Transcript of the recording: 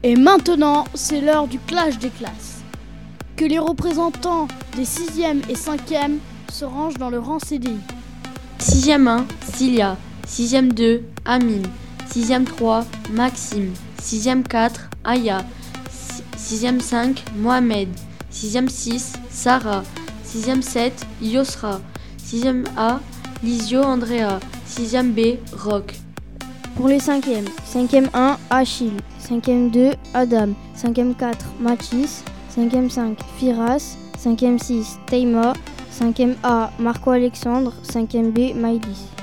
Et maintenant, c'est l'heure du clash des classes. Que les représentants des 6e et 5e se rangent dans le rang CDI. 6e 1, Cilia. 6e 2, Amine. 6e 3, Maxime. 6e 4, Aya. 6e 5, Mohamed. 6e 6, Sarah. 6e 7, Yosra. 6e A, Lisio Andrea. 6e B, Rock. Pour les 5e, 5e 1, Achille. 5e 2, Adam. 5e 4, Mathis. 5e 5, Firas. 5e 6, Teima. 5e A, Marco Alexandre. 5e B, Maïlis.